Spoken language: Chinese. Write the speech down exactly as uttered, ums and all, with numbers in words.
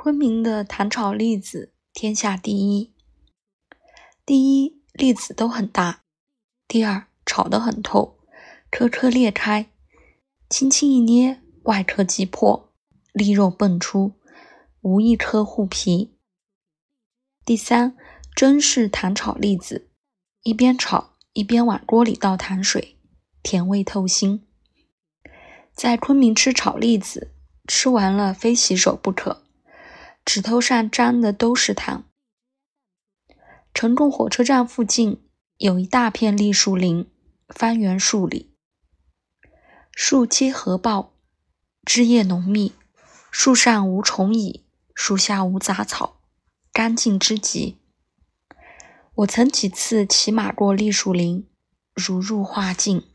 昆明的糖炒栗子天下第一。第一，栗子都很大；第二，炒得很透，颗颗裂开，轻轻一捏，外壳即破，栗肉迸出，无一颗护皮。第三，蒸式糖炒栗子，一边炒一边往锅里倒糖水，甜味透心。在昆明吃炒栗子，吃完了非洗手不可，指头上沾的都是糖。成贡火车站附近有一大片栗树林，方圆数里，树皆合抱，枝叶浓密，树上无虫蚁，树下无杂草，干净之极。我曾几次骑马过栗树林，如入画境。